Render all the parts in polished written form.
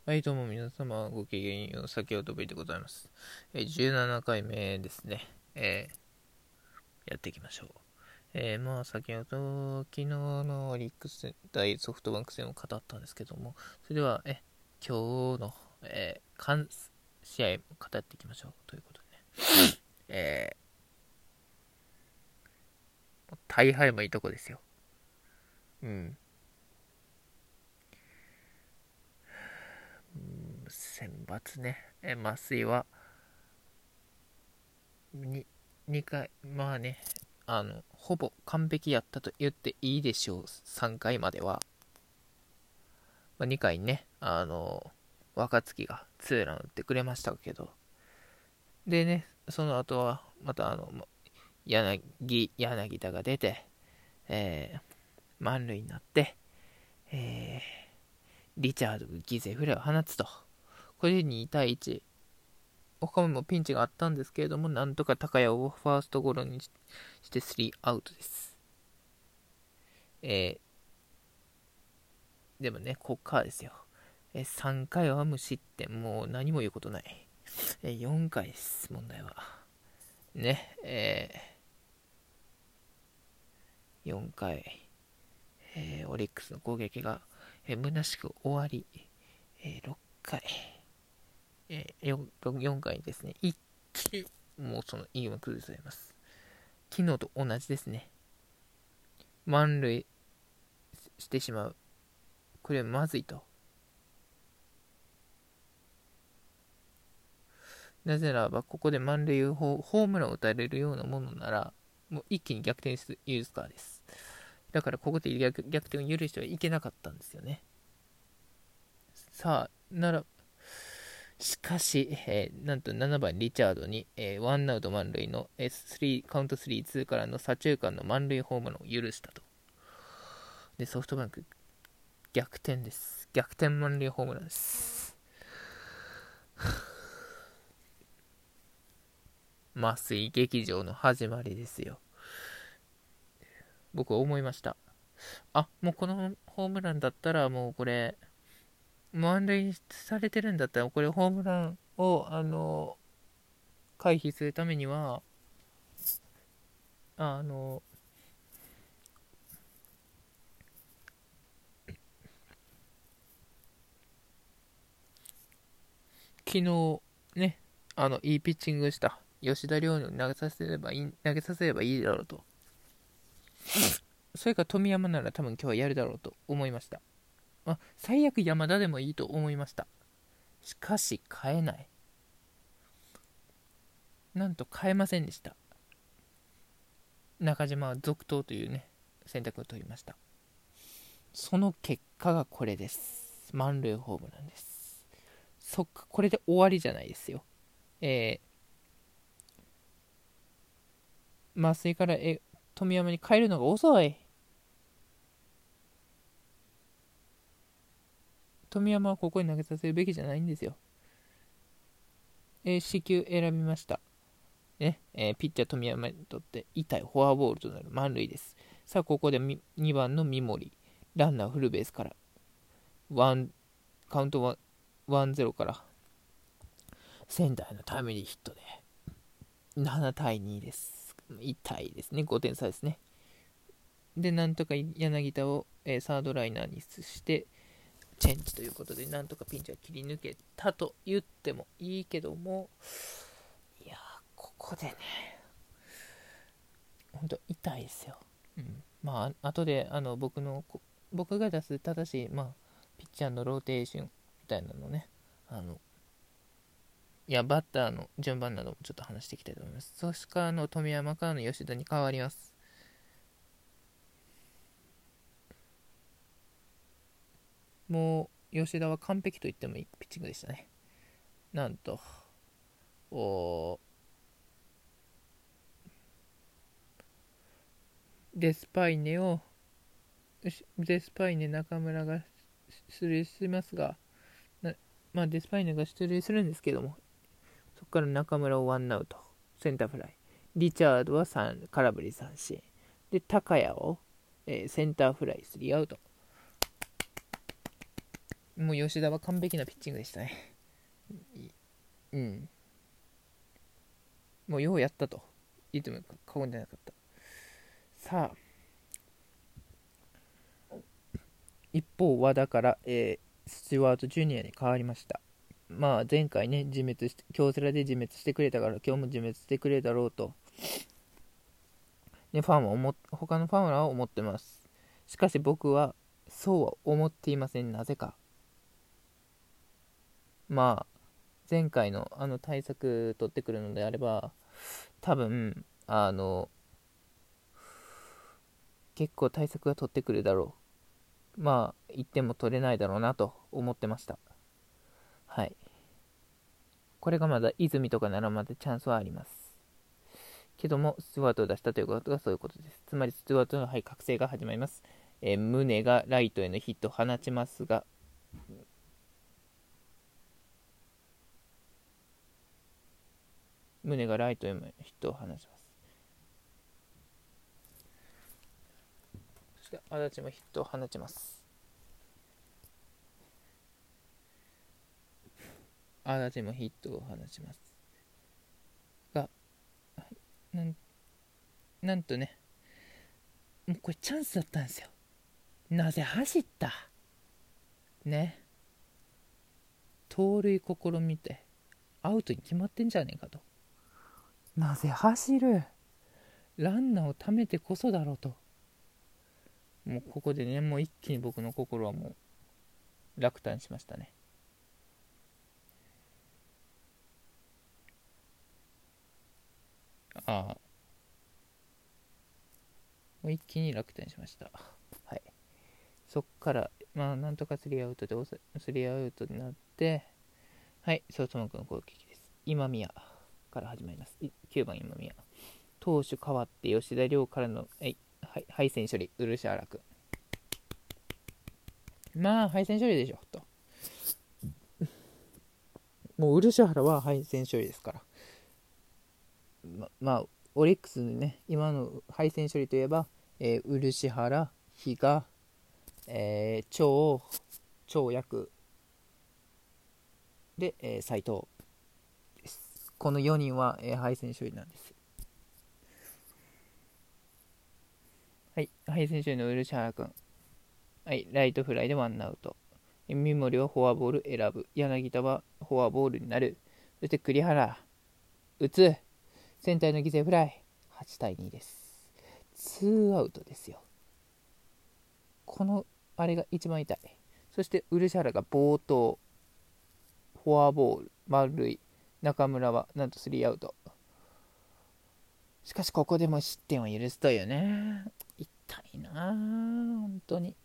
はい、どうも皆様、ごきげんよう、先ほどぶりでございます。17回目ですね。やっていきましょう。先ほど、昨日のオリックス対ソフトバンク戦を語ったんですけども、それでは、今日の、試合を語っていきましょうということでね。大敗もいいとこですよ。うん。選抜ね。麻酔は、2回、まあね、ほぼ完璧やったと言っていいでしょう、3回までは。2回ね、若月がツーラン打ってくれましたけど、でね、その後は、また柳田が出て、満塁になって、えリチャードが犠牲フライを放つと。これで2対1。他もピンチがあったんですけれども、なんとか高谷をファーストゴロにして3アウトです。でもね、こっからですよ。3回は無失点、もう何も言うことない。4回です、問題は。ね、4回、オリックスの攻撃が、虚しく終わり、6回、4回にですね、一気にもうその意が崩されます。昨日と同じですね。満塁してしまう。これはまずいと。なぜならば、ここで満塁ホームランを打たれるようなものなら、もう一気に逆転許すからです。だからここで逆転を許してはいけなかったんですよね。さあ、しかし、なんと7番リチャードに、ワンアウト満塁の、カウント3-2からの左中間の満塁ホームランを許したと。で、ソフトバンク、逆転です。逆転満塁ホームランです。麻酔劇場の始まりですよ。僕は思いました。もうこのホームランだったら、もうこれ、満塁されてるんだったら、これホームランを、回避するためには、あの、昨日、ね、いいピッチングした吉田亮に投げさせればいいだろうと。それから富山なら多分今日はやるだろうと思いました。最悪山田でもいいと思いました。しかし、変えない。なんと変えませんでした。中島は続投というね、選択を取りました。その結果がこれです。満塁ホームランです。これで終わりじゃないですよ。麻酔から富山に変えるのが遅い。富山はここに投げさせるべきじゃないんですよ。四球選びました。ねピッチャー富山にとって痛いフォアボールとなる満塁です。さあ、ここで2番の三森。ランナーフルベースから。カウントは1-0から。仙台のタイムリーヒットで7対2です。痛いですね。5点差ですね。で、なんとか柳田を、サードライナーにして、チェンジということで、なんとかピンチは切り抜けたと言ってもいいけども、いやー、ここでね、ほんと痛いですよ。後で、僕が出す正しい、ピッチャーのローテーションみたいなのね、バッターの順番などもちょっと話していきたいと思います。そしてから富山からの吉田に変わります。もう、吉田は完璧と言ってもいいピッチングでしたね。なんと、デスパイネ中村が出塁しますが、デスパイネが出塁するんですけども、そこから中村をワンアウト、センターフライ。リチャードは空振り三振。で、高谷を、センターフライ3アウト。 もう吉田は完璧なピッチングでしたね。うん。もうようやったと言っても過言でなかった。さあ、一方和田から、スチュワート・ジュニアに変わりました。まあ前回ね、京セラで自滅してくれたから今日も自滅してくれるだろうと、ね、他のファンは思ってます。しかし僕はそうは思っていません。なぜか。まあ前回の対策取ってくるのであれば、多分結構対策が取ってくるだろう。まあ1点も取れないだろうなと思ってました。はい。これがまだ泉とかならまだチャンスはありますけども、スチュワートを出したということがそういうことです。つまりスチュワートの、覚醒が始まります。宗がライトへのヒットを放ちますが、宗がライトへのヒットを放ちます。そして足立もヒットを放ちます。足立もヒットを放ちますが、なんとね、もうこれチャンスだったんですよ。なぜ走ったね。盗塁試みてアウトに決まってんじゃねえかと。なぜ走る、ランナーを貯めてこそだろうと。もうここでね、もう一気に僕の心はもう落胆しましたね。もう一気に落胆しました。はい。そっからなんとかスリーアウトになって、はい、ソフトバンクの攻撃です。今宮から始まります。9番今宮。投手変わって吉田亮からの、敗戦処理、漆原君。敗戦処理でしょと。もう漆原は敗戦処理ですから。オリックスでね、今の敗戦処理といえば、漆原、比嘉、長役で、斉藤です。この4人は、敗戦処理なんです。はい、敗戦処理の漆原君。はい、ライトフライでワンアウト。三森はフォアボール選ぶ。柳田はフォアボールになる。そして栗原、打つ。センターの犠牲フライ。8対2です。2アウトですよ。このあれが一番痛い。そして漆原が冒頭、フォアボール、満塁。中村はなんと3アウト。しかしここでも失点を許すというね。痛いなぁ、本当に。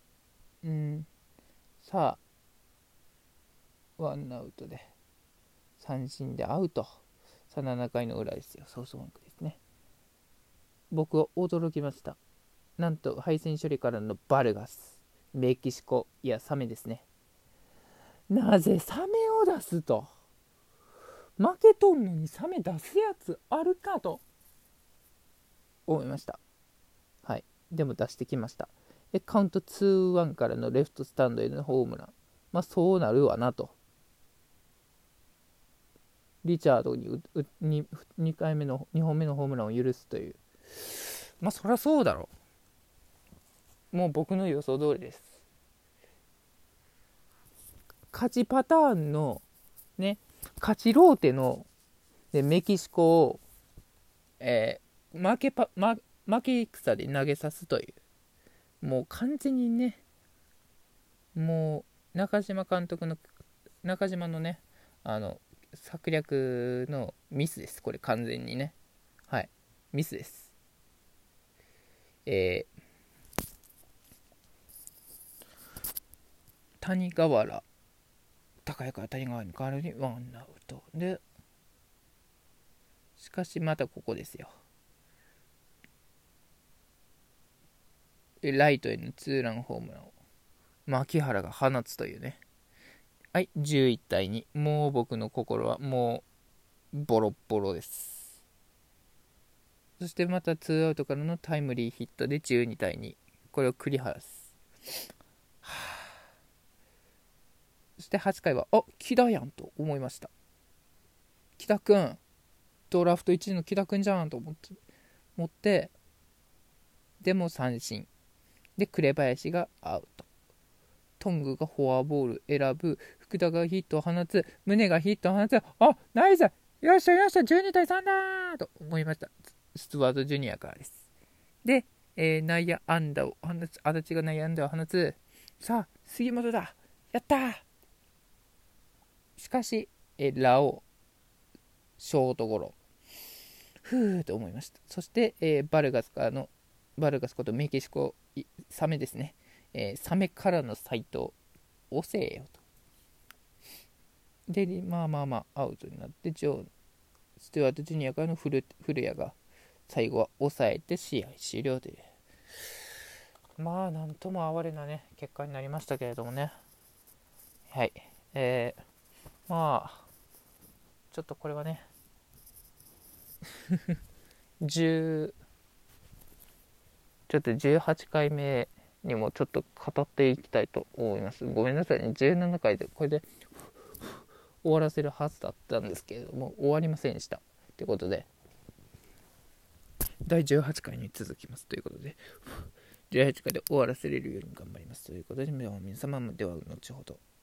さあ、ワンアウトで三振でアウト。さあ7回の裏ですよ。ソフトバンクですね。僕は驚きました。なんと敗戦処理からのバルガス、メキシコ、いやサメですね。なぜサメを出すと。負けとんのにサメ出すやつあるかと思いました。はい。でも出してきました。カウント 2-1 からのレフトスタンドへのホームラン。そうなるわなと。リチャードに 2回目の2本目のホームランを許すという。そりゃそうだろう。もう僕の予想通りです。勝ちパターンのね、勝ちローテのでメキシコを、負け戦で投げさすという、もう完全にね、もう中島のね、策略のミスです。これ完全にね。はい。ミスです。谷川原、高谷から谷川に代わるにワンアウト。で、しかしまたここですよ。ライトへのツーランホームランを牧原が放つというね。はい、11対2。もう僕の心はもうボロッボロです。そしてまたツーアウトからのタイムリーヒットで12対2。これを栗原です。 そして8回は木田やんと思いました。木田くん、ドラフト1位の木田くんじゃんと思って、でも三振で、紅林がアウト、トングがフォアボール選ぶ、福田がヒットを放つ、宗がヒットを放つ、ナイス、よっしゃよっしゃ、12対3だーと思いました。スチュワートジュニアからです。で、内野安打を放つ、足立が内野安打を放つ、さあ杉本だ、やったー。しかし、ラオウショートゴロ、ふーと思いました。そして、バルガスことメキシコサメですね、サメからの斎藤、押せよと。で、まあアウトになって、スチュワートジュニアからの古谷が最後は抑えて試合終了という、なんとも哀れなね結果になりましたけれどもね。はい、ちょっとこれはねちょっと18回目にもちょっと語っていきたいと思います。ごめんなさいね、17回でこれで終わらせるはずだったんですけれども、終わりませんでした。ということで、第18回に続きますということで、18回で終わらせれるように頑張りますということで、皆様では後ほど。